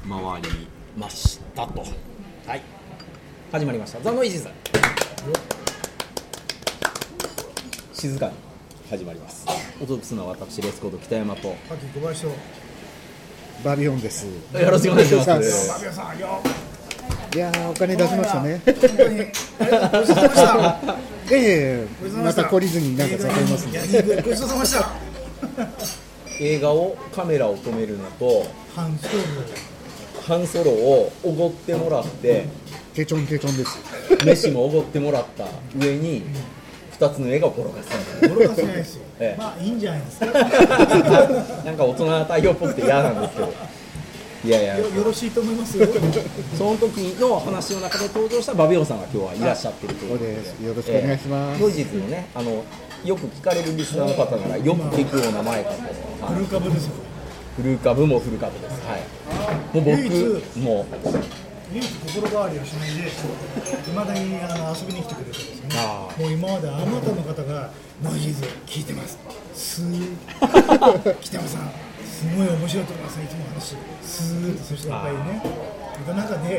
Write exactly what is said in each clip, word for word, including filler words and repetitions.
回りましたと。はい、始まりましたザ・ノイジーズ。静かに始まります。お届けするのは私レスコード北山と秋小林とバビオンです。 よろしくお願いします。 バビオンさんよ。 いやー、お金出しましたね。 本当にありがとうございました。 ええまた懲りずになんか誘いますね。 ごちそうさまでした。 映画をカメラを止めるのとハンソロハンソロをおごってもらってケチョンケチョンです。 飯もおごってもらった上にふたつの映画を転がすんです。 転がせないですよ。 ええ、 まあいいんじゃないですか。 なんか大人な対応っぽくて嫌なんですけど、いやいやよ, よろしいと思いますよ。 その時の話の中で登場したバビオンさんが今日はいらっしゃってるというそうことで、 です。よろしくお願いします。 えー、ノイジーズのね、あのよく聞かれるリスナーの方ならよく聞くお名前かと。 フル株ですよ。 フル株もフル株です。はい。もう僕唯一も唯一心変わりをしないで、いまだにあの遊びに来てくれてるんですよね。 あもう今まであまたの方がノイジーズ聞いてます。すー北山さん。すごい面白いと思います。いつも話スーッと、そしてやっぱりね、いた中で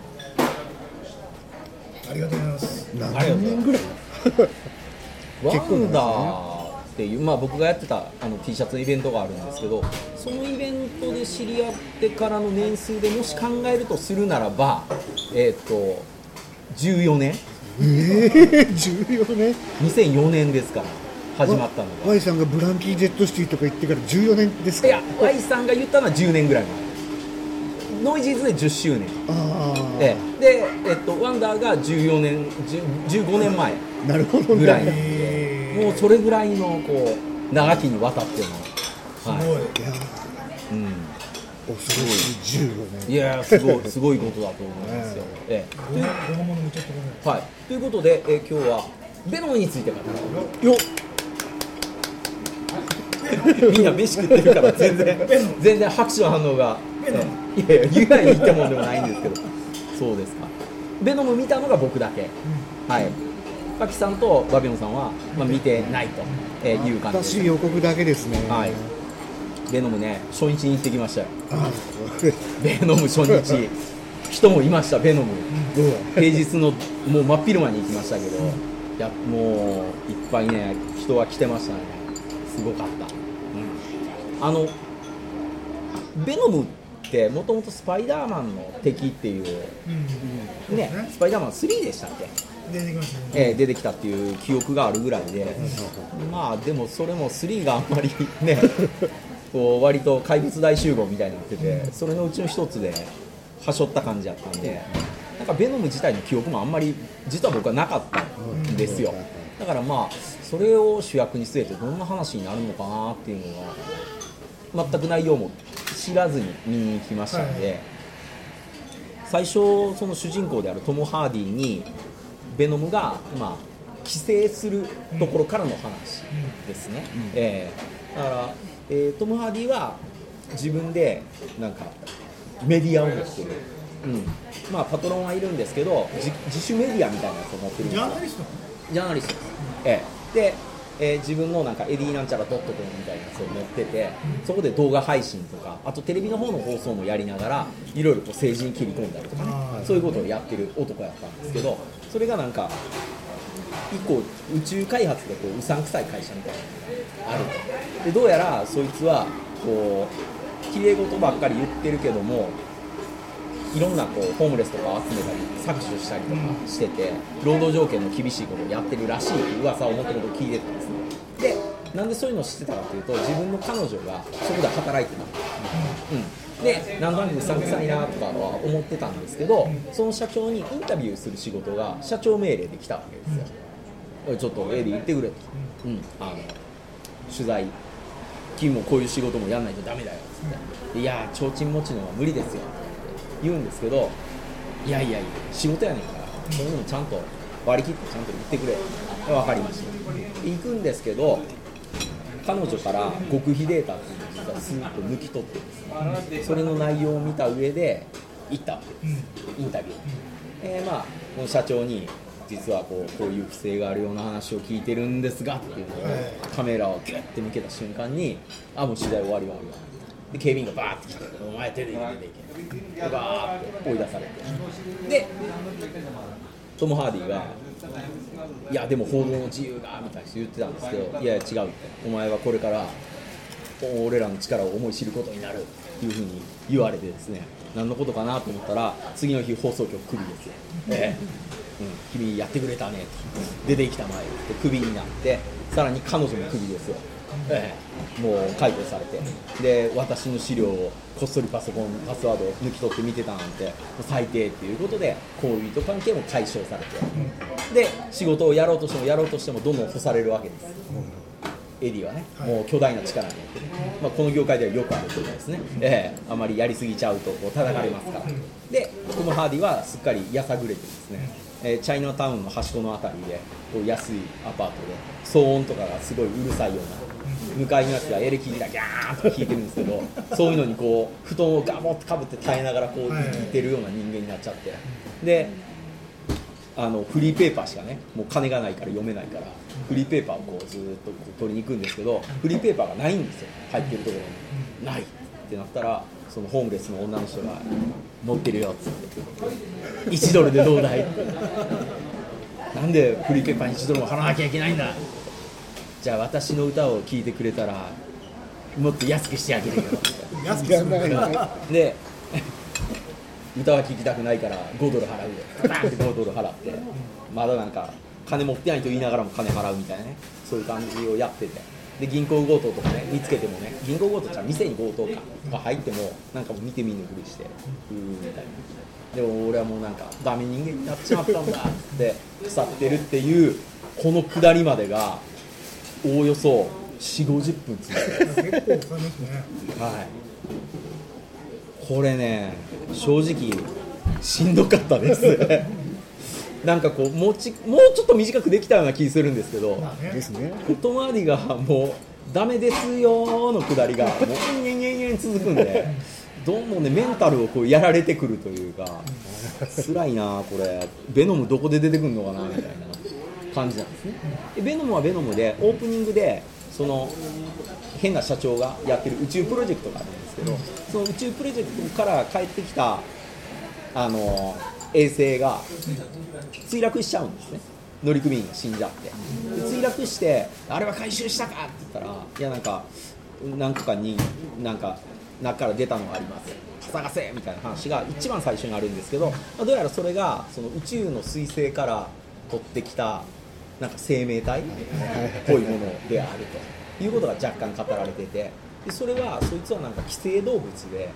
ありがとうございます。 何年ぐらい？ ワンダーっていう、まあ、僕がやってたあの T シャツのイベントがあるんですけど、そのイベントで知り合ってからの年数でもし考えるとするならば、えっとじゅうよねん、 えー、じゅうよねんにせんよねんですから始まったのが。 Y さんがブランキー・ジェットシティとか言ってからじゅうよねんですか？ いや、Y さんが言ったのはじゅうねんぐらい前、ノイジーズでじゅっしゅうねん、 あー、 ええ、で、えっと、ワンダーがじゅうよねん、じゅうごねんまえなるほどぐらい、 ね。 もうそれぐらいのこう長きにわたっての、 すごい。 はい、 いやうん、 恐ろしいじゅうよねん。 いやすごいすごいことだと思いますよ。ええ、 ごはごはもの見ちゃってください。 はい、ということで、えー、今日はベノムについて語るよ。みんな飯食ってるから全然全然拍手の反応が、えー、いやいや言わない言ったもんでもないんですけど、そうですか。ベノム見たのが僕だけ、うん、はい。パキさんとバビオンさんは、まあ、見てないという感じです。 私予告だけですね。 はい。ベノムね、初日に行ってきましたよ。 あベノム初日人もいました。ベノム、うん、平日のもう真っ昼間に行きましたけど、うん、いやもういっぱいね人は来てましたね。すごかった、うん、あのベノムってもともとスパイダーマンの敵っていう、うんね、ね、スパイダーマンスリーでしたっけ、 出てきましたね、 えー、出てきたっていう記憶があるぐらいで、うん、まあでもそれもスリーがあんまりねこう割と怪物大集合みたいになってて、それのうちの一つではしょった感じだったんで、なんかベノム自体の記憶もあんまり実は僕はなかったんですよ。だからまあそれを主役に据えてどんな話になるのかなっていうのが全く内容も知らずに見に行きましたので、はい、最初その主人公であるトム・ハーディにベノムがまあ寄生するところからの話ですね、うんうん、えー、だから、えー、トム・ハーディは自分でなんかメディアを持ってる、うん、まあパトロンはいるんですけど 自, 自主メディアみたいなやつを持ってるんですよ。 ジャーナリストジャーナリストです、うん、えー、で、えー、自分のなんかエディなんちゃらドットコムみたいなやつを持ってて、うん、そこで動画配信とかあとテレビの方の放送もやりながらいろいろと政治に切り込んだりとかね、そういうことをやってる男やったんですけど、それがなんか以降宇宙開発でこううさんくさい会社みたいなのがあると。でどうやらそいつはこう綺麗事ばっかり言ってるけどもいろんなこうホームレスとかを集めたり搾取したりとかしてて、労働条件の厳しいことをやってるらしいという噂を思ったことを聞いてたんですね。でなんでそういうのを知ってたかというと、自分の彼女がそこで働いてた、うんうん、でなんとなくうさんくさいなとかは思ってたんですけど、その社長にインタビューする仕事が社長命令で来たわけですよ。ちょっとエディ行ってくれと、うん、あの取材君もこういう仕事もやんないとダメだよって、いや提灯持ちのは無理ですよって言うんですけど、いやいやいや仕事やねんからそういうのもちゃんと割り切ってちゃんと言ってくれ、分かりました。行くんですけど彼女から極秘データっていうのを実はスーッと抜き取ってですね、それの内容を見た上で行ったわけです、インタビュー、えー、まあこの社長に実はこう、こういう不正があるような話を聞いてるんですがっていうのをカメラをギュッて向けた瞬間に、あもう取材終わり終わり終わで警備員がバーって来て「お前出ていけ出ていけ」でバーって追い出されて、でトム・ハーディが「いやでも報道の自由が」みたいに言ってたんですけど「いやいや違う」って「お前はこれから俺らの力を思い知ることになる」っていうふうに言われてですね、何のことかなと思ったら次の日放送局クビですよ、ええうん、君やってくれたねと出てきたまえってクビになって、さらに彼女もクビですよ、ええ、もう解雇されて、で私の資料をこっそりパソコンパスワードを抜き取って見てたなんて最低っていうことで恋人関係も解消されて、で仕事をやろうとしてもやろうとしてもどんどん干されるわけです、エディはね、もう巨大な力によって、ねまあ、この業界ではよくあることですね、えー、あまりやりすぎちゃうとこう叩かれますから。でトム・ハーディはすっかりやさぐれてですね、えー、チャイナタウンの端っこのあたりでこう安いアパートで騒音とかがすごいうるさいような、向かいのやつがエレキギターギャーンとか弾いてるんですけどそういうのにこう布団をガボッとかぶって耐えながらこう生きてるような人間になっちゃって、であのフリーペーパーしかねもう金がないから読めないからフリーペーパーをこうずっとこう取りに行くんですけど、フリーペーパーがないんですよ、入ってるところにないってなったら、そのホームレスの女の人が持ってるよっつっていちドルでどうだいって、なんでフリーペーパーにいちドルも払わなきゃいけないんだ、じゃあ私の歌を聴いてくれたらもっと安くしてあげるよ安くするんだよで歌は聴きたくないからごドル払うよ、バーンってごドル払って、まだなんか金持ってないと言いながらも金払うみたいなね、そういう感じをやってて、で銀行強盗とかね見つけてもね、銀行強盗じゃ店に強盗かが入ってもなんかもう見て見ぬふりしてうーみたいな、でも俺はもうなんかダメ人間になっちまったんだって腐ってるっていうこのくだりまでがおおよそよんじゅうごじゅっぷん続いて結構かかりますね。 はい、これね正直しんどかったですなんかこうもうちもうちょっと短くできたような気するんですけど、 まあねですね。 トム・ハーディがもうダメですよのくだりがもうニャンニャンニャン続くんでどんどんねメンタルをこうやられてくるというか辛いなこれ、ベノムどこで出てくるのかなみたいな感じなんですね。でベノムはベノムでオープニングでその変な社長がやってる宇宙プロジェクトがあるんですけど、その宇宙プロジェクトから帰ってきたあの衛星が墜落しちゃうんですね。乗組員が死んじゃってで墜落してあれは回収したかって言ったら、いやなんか何個かになんか中から出たのがあります探せみたいな話が一番最初にあるんですけど、どうやらそれがその宇宙の彗星から取ってきたなんか生命体っぽいものであるということが若干語られてて、でそれはそいつはなんか寄生動物で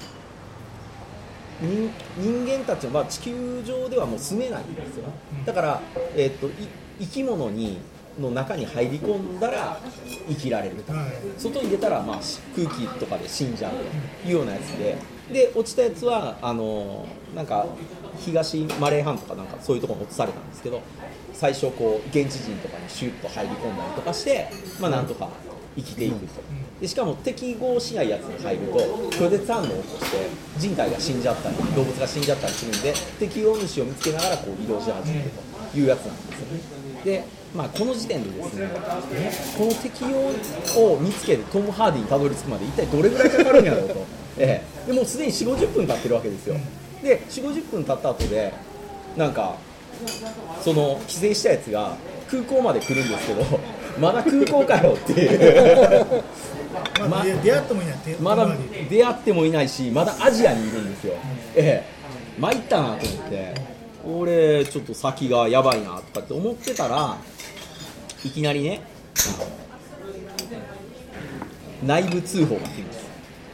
人, 人間たちは、まあ、地球上ではもう住めないんですよ。だから、えー、っと生き物にの中に入り込んだら生きられると、外に出たら、まあ、空気とかで死んじゃうというようなやつで、で落ちたやつはあのなんか東マレー半島かなんかそういうところに落とされたんですけど、最初こう現地人とかにシュッと入り込んだりとかして、まあ、なんとか生きていくと。でしかも適合しないやつに入ると拒絶反応を起こして人体が死んじゃったり動物が死んじゃったりするんで、適応主を見つけながらこう移動し始めるというやつなんですよね。で、まあ、この時点でですね、この適応を見つけるトム・ハーディにたどり着くまで一体どれぐらいかかるんやろうと、ええ、でもうすでによんじゅうごじゅっぷん経ってるわけですよ。でよんじゅうごじゅっぷん経った後でなんかその帰省したやつが空港まで来るんですけどまだ空港かよっていうまだ出会ってもいないまだ出会ってもいないし、まだアジアにいるんですよ、ええ、参ったなと思って、俺ちょっと先がやばいなとかって思ってたら、いきなりね内部通報が来ます。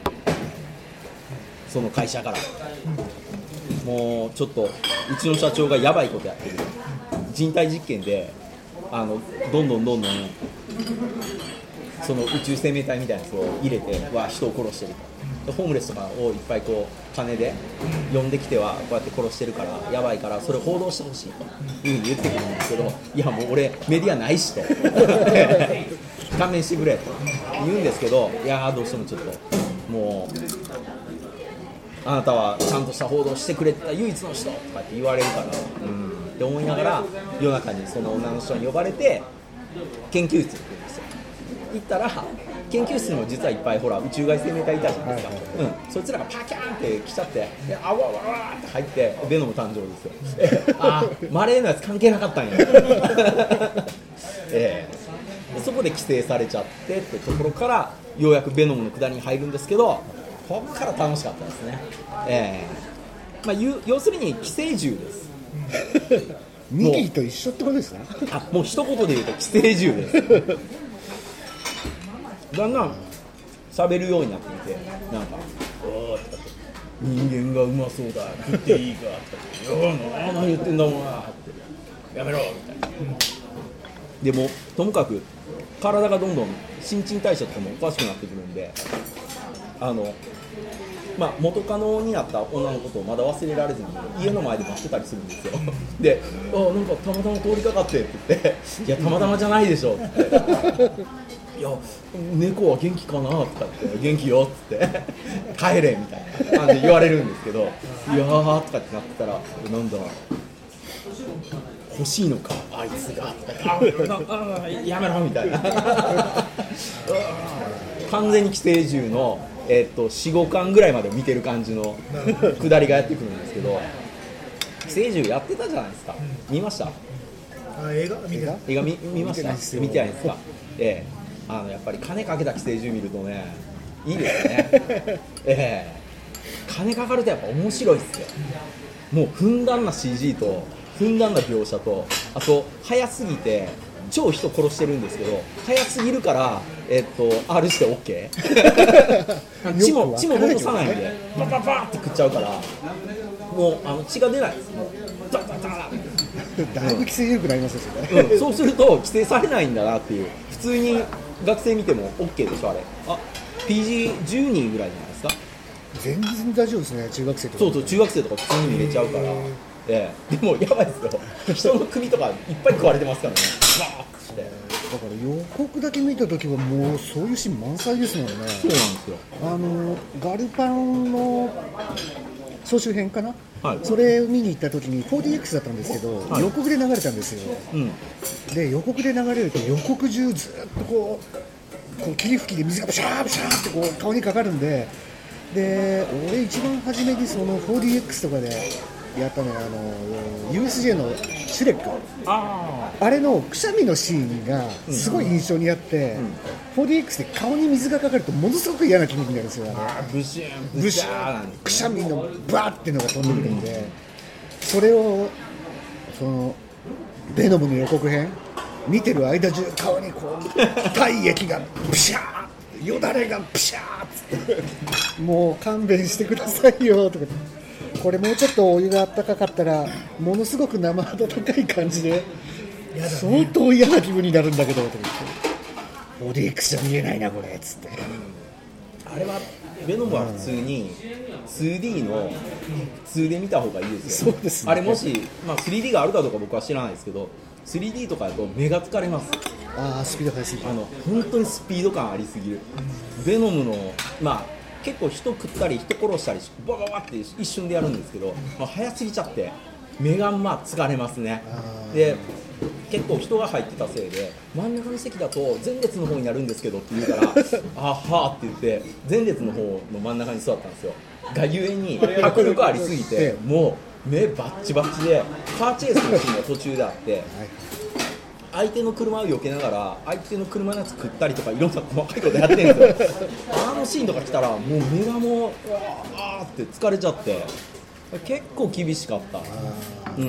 その会社からもうちょっとうちの社長がやばいことやってる、人体実験であのどんどんどんどんその宇宙生命体みたいなやつを入れては人を殺してると、ホームレスとかをいっぱいこう金で呼んできてはこうやって殺してるからやばいからそれを報道してほしいというふうに言ってくるんですけど、いやもう俺メディアないしと勘弁してくれと言うんですけど、いやどうしてもちょっともうあなたはちゃんとした報道してくれた唯一の人とかって言われるから、うんって思いながら夜中にその女の人に呼ばれて研究室に行くんですよ。行ったら研究室にも実はいっぱいほら宇宙外生命体いたじゃないですか、 はいはいうん、そいつらがパキャーンって来ちゃってであわわわわって入ってベノム誕生ですよ。えあマレーのやつ関係なかったんや、えー、でそこで規制されちゃってってところからようやくベノムの下りに入るんですけど、ここから楽しかったですね、えーまあ、要するに寄生獣です。 ミキと一緒ってことですか？ あもう一言で言うと寄生獣ですだんだん喋るようになってきて、なんかおーって人間がうまそうだ食っていいかってよー何言ってんだお前ってやめろみたいな、うん、でもともかく体がどんどん新陳代謝とかもおかしくなってくるんで、あのまあ、元カノになった女のことをまだ忘れられずに家の前で待ってたりするんですよ。で、あなんかたまたま通りかかってって言って、いやたまたまじゃないでしょって言って、いや猫は元気かなって言って元気よって言って帰れみたいな感じで言われるんですけど、いやーとかってなってたらなんだ欲しいのかあいつがとかああやめろみたいな完全に寄生獣のえー、と よん,ご 巻ぐらいまで見てる感じの下りがやってくるんですけど、寄生獣やってたじゃないですか、うん、見ました？ あ映画見て映画 見, 見ました見てないですか、えー、あのやっぱり金かけた寄生獣見るとねいいですね、えー、金かかるとやっぱ面白いっすよ。もうふんだんな シージー とふんだんな描写と、あと早すぎて超人殺してるんですけど早すぎるから、えっと、アール して OK 血も血も戻さないんでパパパって食っちゃうからもうあの血が出ないです。もうダダダだいぶ規制緩くなりますよね、 うん、そうすると規制されないんだなっていう、普通に学生見ても OK でしょあれ。あ ピージーじゅう 人ぐらいじゃないですか。 全然大丈夫ですね。中学生とかそうそう中学生とか普通に見れちゃうから、ええ、でもやばいですよ人の首とかいっぱい食われてますからねバーッして。 だから予告だけ見たときはもうそういうシーン満載ですもんね。 そうなんですよ。 あのガルパンの総集編かな、はい、それを見に行ったときに フォーディーエックス だったんですけど、はい、予告で流れたんですよ、うん、で予告で流れると予告中ずっとこう、こう霧吹きで水がブシャーブシャーってこう顔にかかるんで、で俺一番初めにその フォーディーエックス とかでやったのがあの ユーエスジェー のシュレック、あ, あれのくしゃみのシーンがすごい印象にあって、うんうん、フォーディーエックス で顔に水がかかるとものすごく嫌な気分になるんですよ。あブシュンブシュンくしゃみのバーっていうのが飛んでくるんで、うん、それをそのベノムの予告編見てる間中顔にこう体液がブシャーよだれがブシャーってもう勘弁してくださいよとか、これもうちょっとお湯が温かかったらものすごく生温かい感じで相当嫌な気分になるんだけどとか言って、フォーディーエックス じゃ見えないなこれっつって、 あれはベノムは普通に ツーディー の普通で見た方がいいですよ、 そうですね、 あれもし、まあ、スリーディー があるかどうか僕は知らないですけど スリーディー とかだと目が疲れます。 あスピード速すぎる、 あの本当にスピード感ありすぎる、うん、ベノムのまあ結構人食ったり人殺したりバババって一瞬でやるんですけど、まあ、早すぎちゃって目がまあ疲れますね。で結構人が入ってたせいで真ん中の席だと前列の方になるんですけどって言うからあはーって言って前列の方の真ん中に座ったんですよ。がゆえに迫力ありすぎてもう目バッチバッチでカーチェイスのシーンが途中であって相手の車を避けながら相手の車のやつ食ったりとかいろんな細かいことやってるんですよあのシーンとか来たらもう目がもうあーって疲れちゃって結構厳しかった、うん、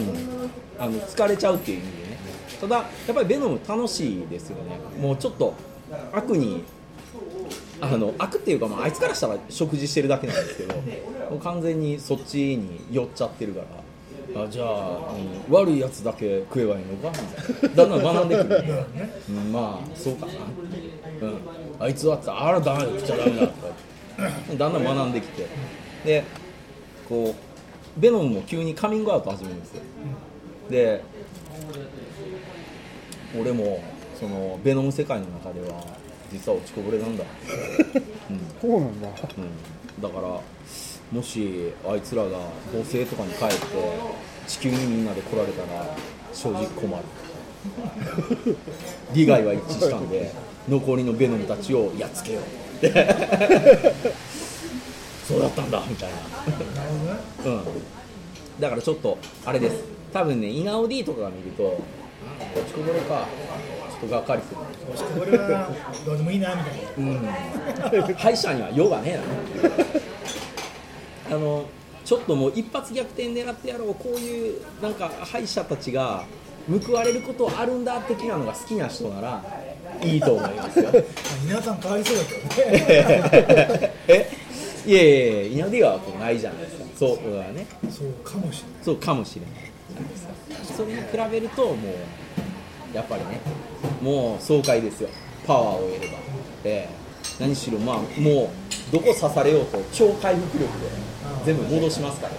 あの疲れちゃうっていう意味でね。ただやっぱりベノム楽しいですよね。もうちょっと悪にあの悪っていうか、まあ、あいつからしたら食事してるだけなんですけどもう完全にそっちに寄っちゃってるから、あじゃあ、うん、悪いやつだけ食えばいいのかみたいなだんだん学んでくるんで、うん、まあそうかな、うん、あいつはってあらダメだ食っちゃダメだとかだんだん学んできて、でこうベノムも急にカミングアウト始めるんですよ。で俺もそのベノム世界の中では実は落ちこぼれなんだ、 うん、そうなんだ、 うん、だからもしあいつらが土星とかに帰って地球にみんなで来られたら正直困る。 利害は一致したんで残りのベノムたちをやっつけようってそうだったんだみたいなうん、だからちょっとあれです、多分ねイナオ D とかが見ると落ちこぼれかちょっとがっかりする、 落ちこぼれはどうでもいいなみたいな、 うん、敗者には用がねえなあのちょっともう一発逆転狙ってやろう、こういうなんか敗者たちが報われることあるんだ的なのが好きな人ならいいと思いますよ皆さん変わりそうだけどねえいやいやいや、イナディはないじゃないですか、そうはね、 そうかもしれない、 そうかもしれないそれに比べるともうやっぱりねもう爽快ですよ、パワーを得れば、えー、何しろまあもうどこ刺されようと超回復力で全部戻しますからね、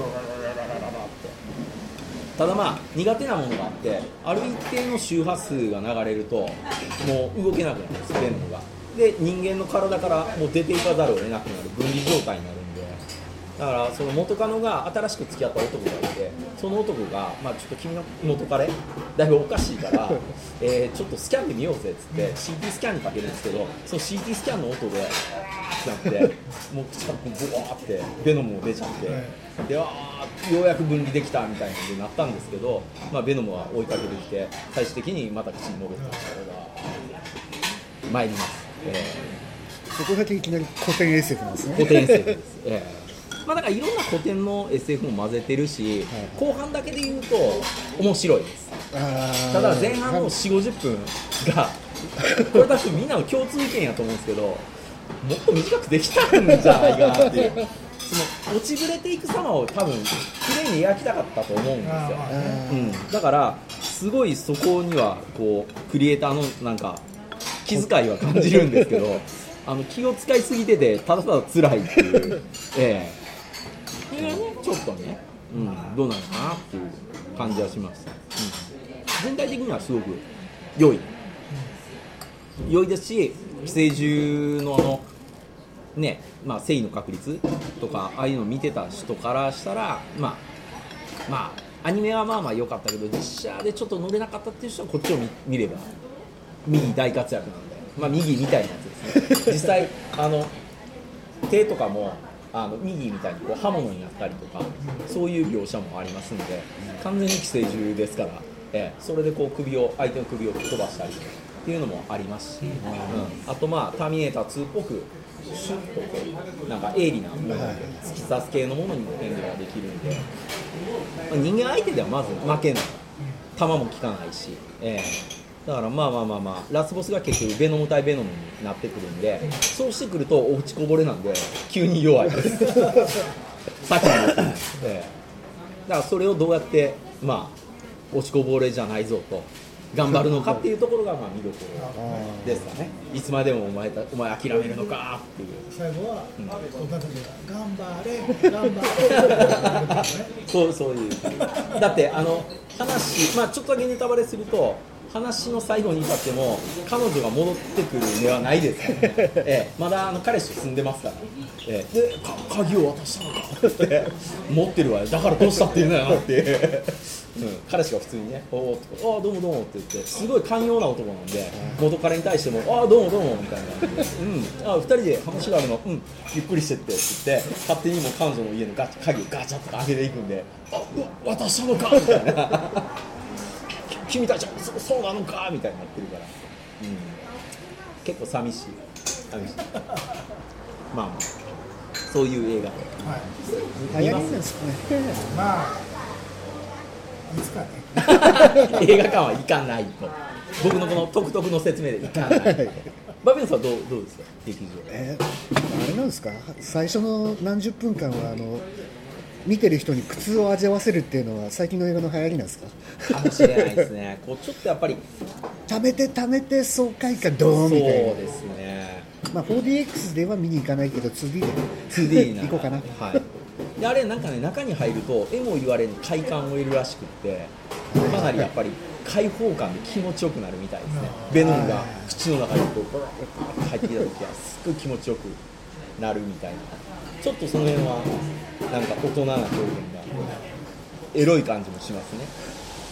ただまあ苦手なものがあって、ある一定の周波数が流れるともう動けなくなるんです、ベノムが。で人間の体からもう出ていかざるを得なくなる分離状態になるんで、だからその元カノが新しく付き合った男がいて、その男が、まあ、ちょっと君の元彼だいぶおかしいから、えー、ちょっとスキャンで見ようぜっつって シーティー スキャンにかけるんですけど、その シーティー スキャンの音でなってもう口からボワーってベノムも出ちゃって、であーようやく分離できたみたいなのになったんですけど、まあ、ベノムは追いかけてきて最終的にまた口に戻ったところが参ります、えー、そこだけいきなり古典 エスエフ なんですね。 古典 エスエフ です、えーまあ、だからいろんな古典の エスエフ も混ぜてるし、はいはい、後半だけで言うと面白いです。ただ前半のよんじゅうごじゅっぷんがこれ多分みんなの共通意見やと思うんですけど、もっと短くできたんじゃないかなっていうその落ちぶれていく様を多分綺麗に描きたかったと思うんですよ、うん、だからすごいそこにはこうクリエイターのなんか気遣いは感じるんですけどあの気を使いすぎててただただ辛いっていう、ええそれがねちょっとね、うん、どうなのかなっていう感じはしました、うん、全体的にはすごく良い良いですし、寄生獣のあのね、まあ、繊維の確率とかああいうのを見てた人からしたらまあまあアニメはまあまあ良かったけど実写でちょっと乗れなかったっていう人はこっちを 見, 見れば右大活躍なんで、まあ、右みたいなやつですね実際あの手とかもあの右みたいにこう刃物になったりとかそういう描写もありますので完全に寄生獣ですから、えー、それでこう首を相手の首を吹っ飛ばしたりっていうのもありますし、うん、あとまあターミネーターツーっぽくシュッとこうなんか鋭利なもので突き刺す系のものにも変化ができるんで、まあ、人間相手ではまず負けない、弾も効かないし、えー、だからまあまあまあまあラスボスが結局ベノム対ベノムになってくるんで、そうしてくると落ちこぼれなんで急に弱いです先に落ちない、えー、だからそれをどうやってまあ落ちこぼれじゃないぞと頑張るのかっていうところがまあ見どころですかね。いつまでもお前たお前諦めるのかっていう最後は、うん、頑張れ頑張れそうそういうだってあの話まあちょっとだけネタバレすると話の最後に至っても彼女が戻ってくるではないですからね、ええ、まだあの彼氏と住んでますから、ええ、で鍵を渡したのかって持ってるわよだからどうしたって言うんだよなってうん、彼氏が普通にね、おーってああどうもどうもって言ってすごい寛容な男なんで元彼に対してもああどうもどうもみたいな感じで、うん、ああふたりで話があるの、うん、ゆっくりしてってって言って勝手にもう彼女の家のガチ鍵をガチャッと開けていくんであ渡したのかみたいな君たちは そ, そうなのかみたいになってるから、うん、結構寂しい寂しいまあまあそういう映画はい、流行りなんですかねまあいつかね映画館は行かないと僕のこの独特の説明で行かないバビンさんはどう、どうですか劇場、 えー、あれなんですか最初の何十分間はあの見てる人に苦痛を味わわせるっていうのは最近の映画の流行りなんですかかもしれないですねこうちょっとやっぱり貯めて貯めて爽快感ドーンみたいなそうですねまあ フォーディーエックス では見に行かないけど ツーディー でツーディー な行こうかなはいであれなんかね中に入ると絵も言われる快感を得るらしくってかなりやっぱり開放感で気持ちよくなるみたいですねベノムが口の中にこうバーッと入ってきた時はすっごい気持ちよくなるみたいなちょっとその辺はなんか大人な表現がエロい感じもしますね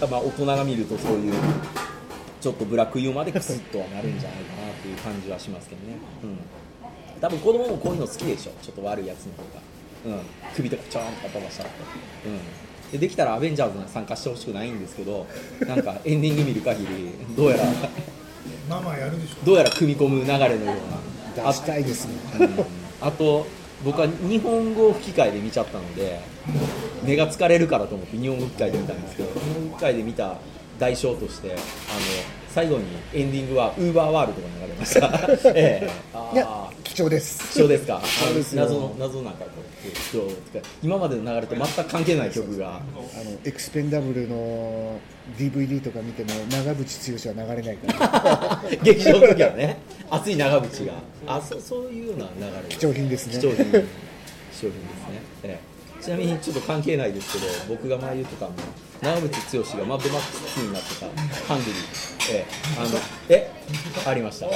まあ、大人が見るとそういうちょっとブラックユーモアでクスッとはなるんじゃないかなっていう感じはしますけどね、うん、多分子供もこういうの好きでしょ、ちょっと悪いやつの方が、うん、首とかちょーんとか飛ばしたら、うん、で, できたらアベンジャーズに参加してほしくないんですけど、なんかエンディング見る限りどうやらまあまあやるでしょ、 どうやら組み込む流れのような出したいですね、 うん、あと僕は日本語吹き替えで見ちゃったので目が疲れるからと思って日本語吹き替えで見たんですけど、日本語吹き替えで見た代償としてあの最後にエンディングはウーバーワールドが流れました、ええ、あいや貴重です貴重ですか、 そうですよ、 謎の謎なんかこう今までの流れと全く関係ない曲があのエクスペンダブルの ディーブイディー とか見ても長渕剛は流れないから劇場の時はね熱い長渕があ そ, そういうような流れ貴重品ですね貴重品貴重品ですね、ええ、ちなみにちょっと関係ないですけど僕が前言ってたのは長渕剛がマッドマックスツーになってたハングリー、ええ、あのえありました、はい、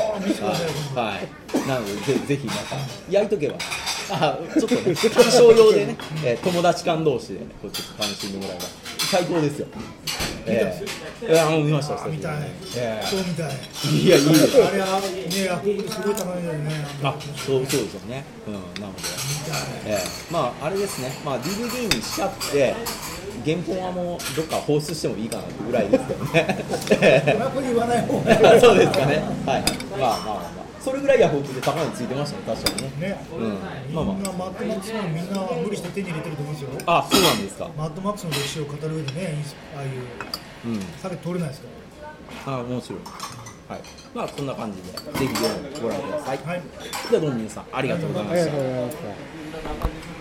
なので ぜ, ぜひまた焼いとけばあちょっとね鑑賞用でね、えー、友達間同士でねこうちょっと楽しんでもらえば最高ですよ。えー、いやもう見ました。 見たい、 えー、 そうみたい。 いやいいです。 あれはねヤフオクすごい高いんだよね。 あそうそうですよね。うんなので、えー、まああれですね。まあ ディーブイディー にしちゃって原本はもうどっか放出してもいいかなってぐらいですけどね。 これ言わない方がそうですかね。はい。まあまあまあ。それぐらいヤフオクで高値ついてましたね、確かにね。 ね、 うん、 まあまあ、みんなマッドマックスのみんな無理して手に入れてると思うんですよ。 あ、そうなんですか。 マッドマックスの歴史を語る上でね、ああいう、うん、酒通れないですから。 あ、面白い。はい。まあこんな感じでぜひご覧ください。 はい。 ではどうも皆さんありがとうございました。 ありがとうございました。